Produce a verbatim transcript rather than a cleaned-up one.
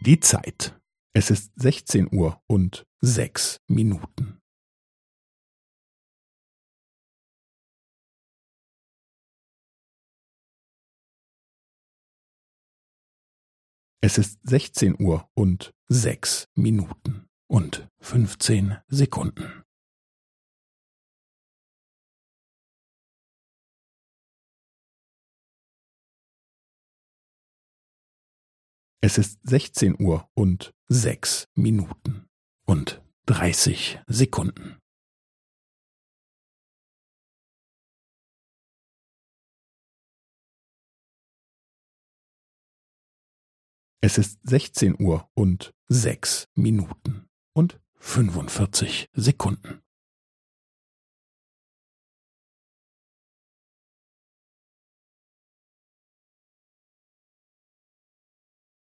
Die Zeit. Es ist sechzehn Uhr und sechs Minuten. Es ist sechzehn Uhr und sechs Minuten und fünfzehn Sekunden. Es ist sechzehn Uhr und sechs Minuten und dreißig Sekunden. Es ist sechzehn Uhr und sechs Minuten und fünfundvierzig Sekunden.